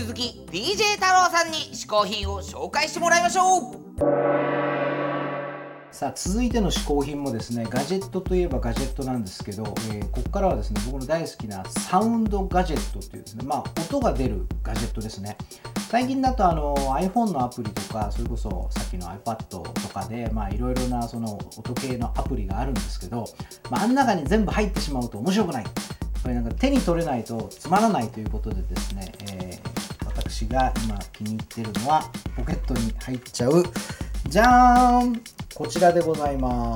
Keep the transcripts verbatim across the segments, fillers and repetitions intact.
続き ディージェー 太郎さんに嗜好品を紹介してもらいましょう。 さあ続いての嗜好品もですね、ガジェットといえばガジェットなんですけど、えー、ここからはですね僕の大好きなサウンドガジェットっていうですね、まあ音が出るガジェットですね。最近だとあの iPhone のアプリとか、それこそさっきの iPad とかでまあいろいろなその音系のアプリがあるんですけど、まあ、あん中に全部入ってしまうと面白くない、これなんか手に取れないとつまらないということでですね、えー、私が今気に入っているのはポケットに入っちゃうじゃーん、こちらでございます。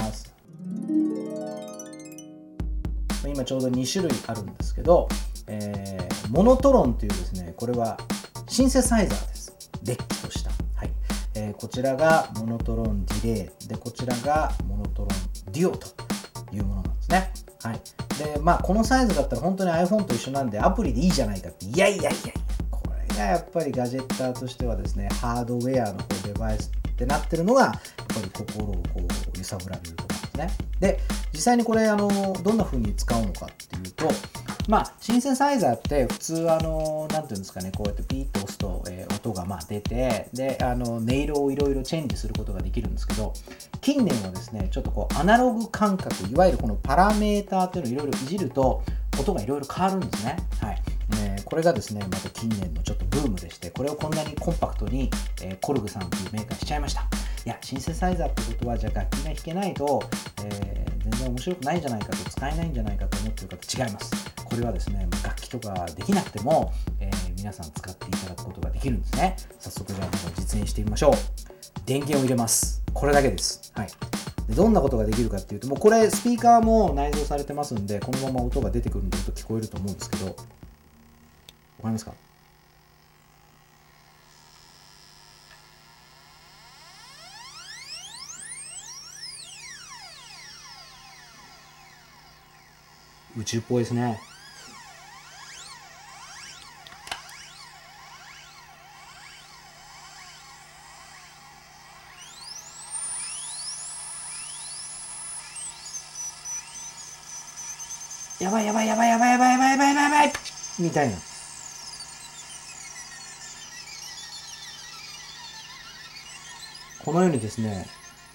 今ちょうどに種類あるんですけど、えー、モノトロンというですね、これはシンセサイザーです。デッキとした、はいえー、こちらがモノトロンディレイで、こちらがモノトロンデュオというものなんですね。はい、でまあこのサイズだったら本当に iPhone と一緒なんでアプリでいいじゃないかって、いやいやいやいや、これがやっぱりガジェッターとしてはですね、ハードウェアのデバイスってなってるのがやっぱり心をこう揺さぶられるところですね。で実際にこれあのどんな風に使うのかっていうと、まあシンセサイザーって普通あのなんていうんですかね、こうやってピーッと押すと、えー、音がまあ出て、であの音色をいろいろチェンジすることができるんですけど、近年はですねちょっとこうアナログ感覚、いわゆるこのパラメーターっていうのをいろいろいじると音がいろいろ変わるんですね。はいえー、これがですねまた近年のちょっとブームでして、これをこんなにコンパクトに、えー、コルグさんというメーカーしちゃいました。いやシンセサイザーってことはじゃあ楽器が弾けないと、えー、全然面白くないんじゃないかと、使えないんじゃないかと思っている方、違います。これはですね楽器とかできなくても、えー、皆さん使っていただくことができるんですね。早速じゃあ実演してみましょう。電源を入れます。これだけです。はい。でどんなことができるかっていうと、もうこれスピーカーも内蔵されてますんで、このまま音が出てくるんで音聞こえると思うんですけど、わかりますか？宇宙っぽいですね。やばいやばいやばいやばいやばいやばいやばいやばいやばいみたいな。このようにですね、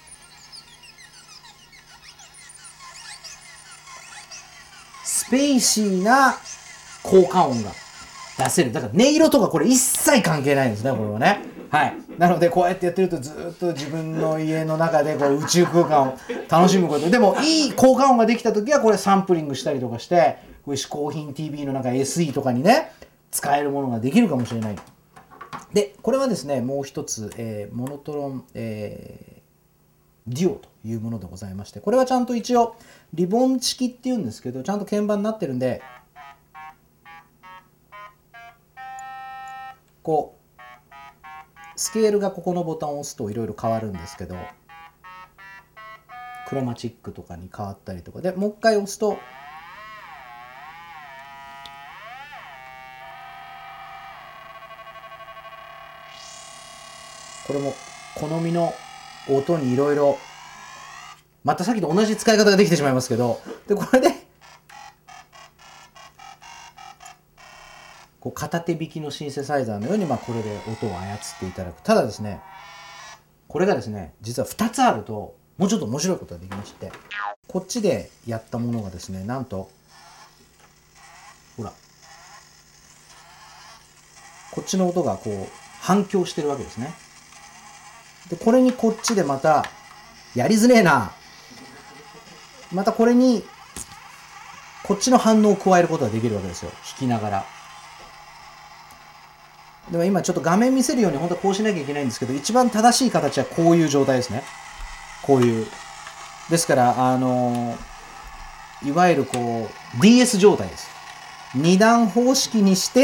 スペーシーな効果音が出せる。だから音色とかこれ一切関係ないんですね、これはね。はい。なのでこうやってやってるとずっと自分の家の中でこう宇宙空間を楽しむこと。でもいい効果音ができた時はこれサンプリングしたりとかして、こういう嗜好品 ティーブイ の中 エスイー とかにね、使えるものができるかもしれない。で、これはですね、もう一つ、えー、モノトロン、えー、デュオというものでございまして、これはちゃんと一応リボン式っていうんですけど、ちゃんと鍵盤になってるんで、こうスケールがここのボタンを押すといろいろ変わるんですけど、クロマチックとかに変わったりとかで、もう一回押すとこれも好みの音にいろいろ、またさっきと同じ使い方ができてしまいますけど、でこれでこう片手弾きのシンセサイザーのように、まあこれで音を操っていただく。ただですね、これがですね実はふたつあるともうちょっと面白いことができまして、こっちでやったものがですね、なんとほらこっちの音がこう反響してるわけですね。でこれにこっちでまたやりづれえな、またこれにこっちの反応を加えることができるわけですよ、弾きながら。でも今ちょっと画面見せるように本当はこうしなきゃいけないんですけど、一番正しい形はこういう状態ですね。こういうですから、あのいわゆるこう ディーエス 状態です。二段方式にして、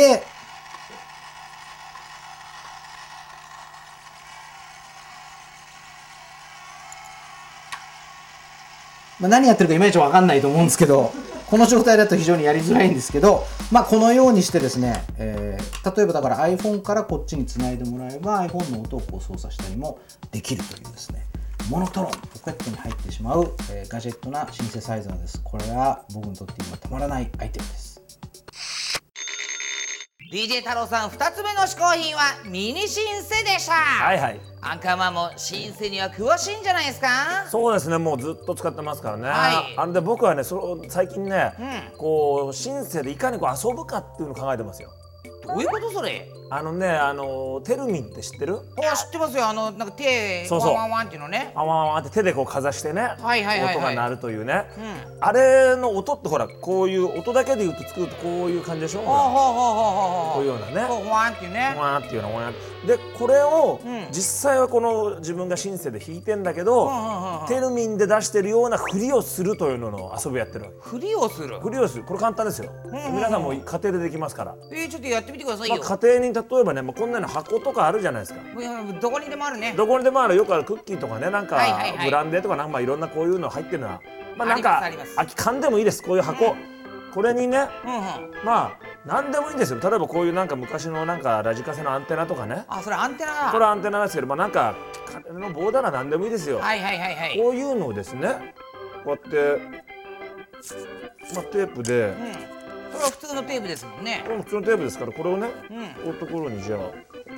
まあ、何やってるかいまいち分かんないと思うんですけど、この状態だと非常にやりづらいんですけど、まあ、このようにしてですね、えー、例えばだから iPhone からこっちにつないでもらえば iPhone の音をこう操作したりもできるというですね、モノトロン、ポケットに入ってしまう、えー、ガジェットなシンセサイザーです。これは僕にとって今たまらないアイテムです。 ディージェー 太郎さんふたつめの嗜好品はミニシンセでした。 はいはい。 アンカーマンもシンセには詳しいんじゃないですか。 そうですね、もうずっと使ってますからね。 はいあんで僕はね、その最近ね、 うんこうシンセでいかにこう遊ぶかっていうのを考えてますよ。 どういうことそれ。 あのね、あのテルミンって知ってる？ あ、知ってますよ。あのなんか手そうそうワンワンワンっていうのね。 あわわわって手でこうかざしてね、 はいはいはいはい音が鳴るというね、 うん。 あれの音ってほらこういう音だけで言うと作るとこういう感じでしょ。 ほうほうほうほうほうこういうようなね、 ほうワンっていうね。 わーっていうのわーでこれを、 うん実際はこの自分がシンセで弾いてんだけど、 うんうんうんうんテルミンで出してるような振りをするというのの遊びやってるわけ。 振りをする。 振りをする、これ簡単ですよ、 んうんうん皆さんも家庭でできますから、 えー、ちょっとやってみてくださいよ。 まあ、家庭に例えばね、まあ、こんなの箱とかあるじゃないですか。 うんどこにでもあるね。 どこにでもある、よくあるクッキーとかね、なんかはいはいはいブランデーとかなんかまあいろんなこういうの入ってるのは、まあなんあかりますあります空き缶でもいいです、こういう箱、これにね、 うんうん。 まあ何でもいいんですよ。例えばこういうなんか昔のなんかラジカセのアンテナとかね、 あ、それアンテナだ。 これはアンテナですけど、まあなんか金の棒なら何でもいいですよ。 はいはいはいはい。 こういうのをですね、こうやって、まあ、テープで、 うん。それは普通のテープですもんねこ。れも普通のテープですから、これをね、 うん。 こういうところにじゃあ、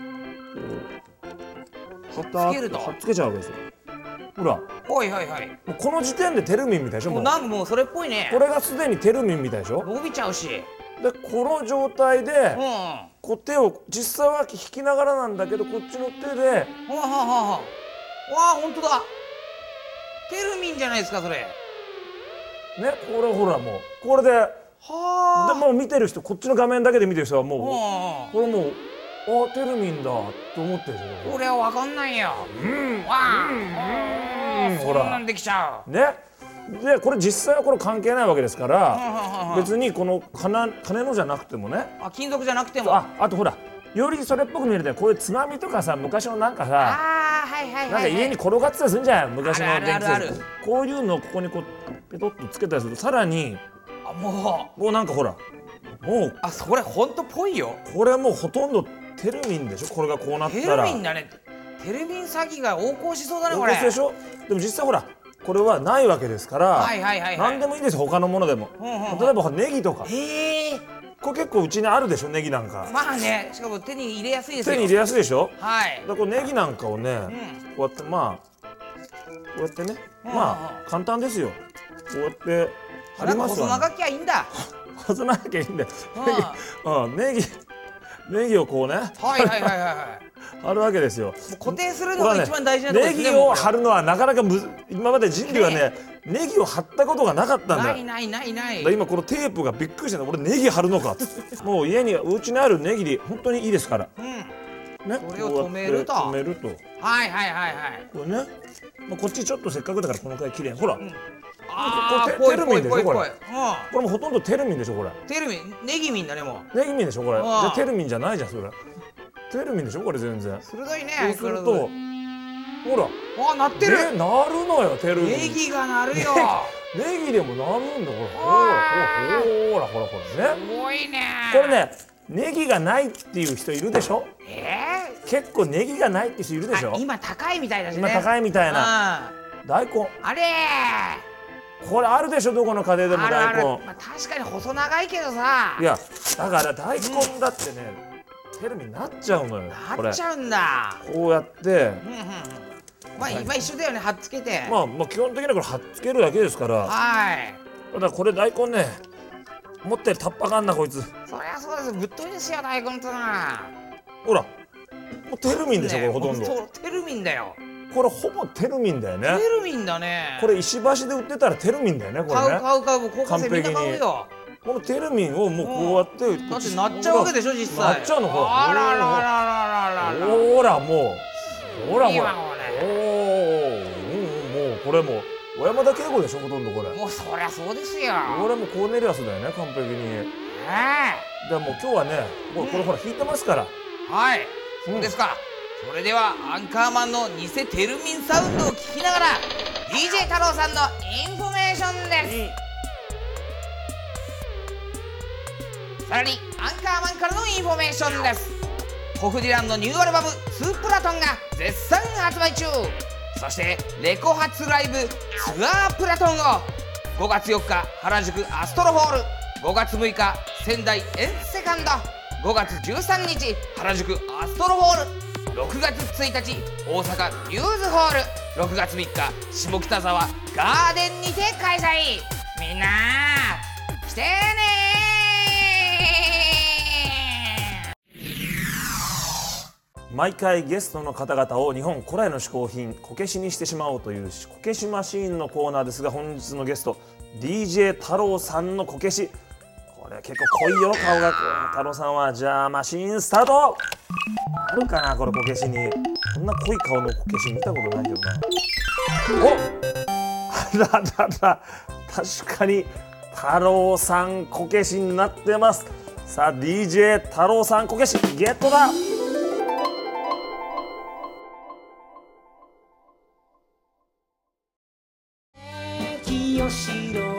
こうはっつけるとはっつけちゃうわけですよ。ほら、もはいはいはい。 うこの時点でテルミンみたいでしょ。 もうもうなんかもうそれっぽいね。 これがすでにテルミンみたいでしょ。 伸びちゃうし。 でこの状態で、 うん。 こう手を実際は引きながらなんだけど、こっちの手ではあはあはあ。わあ、本当だ。テルミンじゃないですかそれ。 ね、これほらもうこれで、ではあ。 もう見てる人、こっちの画面だけで見てる人はもう、 もこれもうあテルミンだと思ってるでしょ。 うこれはわかんないよ。 うんわあ。 うんうん。そんなんできちゃう。 ね、でこれ実際はこれ関係ないわけですから、 はあはあはあ別にこの金金のじゃなくてもね、 あ、金属じゃなくても。あああとほらよりそれっぽく見えるとこういうつまみとかさ、昔のなんかさ、 あ、はいはいはい。 なんか家に転がってたりするんじゃん、昔のあるあるあるあるこういうのをここにこうペトッとつけたりすると、さらにあ、ももうなんかほらもうう。あ、それ本当っぽいよ。 これもうほとんどテルミンでしょ。これがこうなっテたらルミンだね。テルミン詐欺が横行しそうだねこれ。 横行でしょ。でも実際ほらこれはないわけですから、 はいはいはいはい。 何でもいいんですよ、他のものでも。 うんうんうん例えばネギとか、 へえ。 これ結構うちにあるでしょ、ネギなんか。 まあね、しかも手に入れやすいですよ。 手に入れやすいでしょ。 はい。 だからこれネギなんかをね、 うん。 こうやってまあこうやってね、 うんまあ簡単ですよ。こうやって貼なんかりますわ、ね。 細長きゃいいんだ。 細なきゃいいんだよ。 ううん、ネギネギをこうね、 はいはいはいはいはい。 貼るわけですよ。 もう固定するのが一番大事なところネですね。 ギを貼る。 るのはなかなかむず今まで人類はねネギを貼ったことがなかったんだよ。 ないないないない。 だから今このテープがびっくりしてる、俺ネギ貼るのかっつってもう家にお家にあるネギで本当にいいですからうん。 ね。 これを止めるとこうやって止めるとはいはいはいはい。 これね、まあ、こっちちょっとせっかくだからこのくらい綺麗にほら、 んこああ、 れテぽいテルミンでしょこれぽいぽいぽい。うこれもほとんどテルミンでしょこれ。 ん。テルミン、ネギミンだねもう。 ネギミンでしょこれ。 うんじゃあテルミンじゃないじゃんそれ。テルミンでしょこれ全然。 鋭いね。 そうするとほらあ、鳴ってる。 ね、なるのよテルミン。 ネギが鳴るよ。 ネギでもなるんだこれ。ほらほらほらほらほらね。 すごいね。 これねネギがないっていう人いるでしょ。 え結構ネギがないって人いるえ。 でしょあ、。今高いみたいだしね。 今高いみたいなうん。 大根、 あれこれあるでしょどこの家庭でー。 もあるある。 大根。 まあ確かに細長いけどさ。 いやだから大根だってね、テルミンなっちゃうのよこれ。 なっちゃうんだ。 こうやってうんうんうん。まあはい今一緒だよね、貼っつけて。 まあまあ基本的にはこれ貼っつけるだけですから。 はい。 ただこれ大根ね持ってるタッパがあんなこいつ。 そりゃそうです。ぶっといですよ大根とな。 ほらもうテルミンでしょこれほとんど。 そうテルミンだよ。 これほぼテルミンだよね。 テルミンだね。 これ石橋で売ってたらテルミンだよねこ買うれね。 買う買う。高校生みんな買うよ。 このテルミンをもうこうやって、 だってなっちゃうわけでしょ実際。 なっちゃうのほら。 あららららららら。 ほらもうほらほらいいわこおお、うん、もうこれもう小山田圭吾でしょほとんどこれ。 もうそりゃそうですよ。 これもコーネリアスだよね完璧に。 ねでもう今日はねもうこれほら弾いてますから。 え。はい。そうですか。それではアンカーマンの偽テルミンサウンドを聞きながら ディージェー 太郎さんのインフォメーションです。さらにアンカーマンからのインフォメーションです。コフディランのニューアルバム「ツープラトン」が絶賛発売中。そしてレコ発ライブツアープラトンをごがつよっか原宿アストロホール、ごがつむいか仙台エンセカンド、 ごがつじゅうさんにち原宿アストロホール、ろくがつついたち大阪ミューズホール、ろくがつみっか下北沢ガーデンにて開催。みんな来てねー。毎回ゲストの方々を日本古来の嗜好品こけしにしてしまおうというこけしマシーンのコーナーですが、本日のゲスト ディージェー 太郎さんのこけし、これ結構濃いよ顔が。太郎さんはじゃあマシーンスタート。あるかなこれこけしに、こんな濃い顔のこけし見たことないけどな。おあららら、確かに太郎さんこけしになってます。さあ ディージェー 太郎さんこけしゲットだ。 清志郎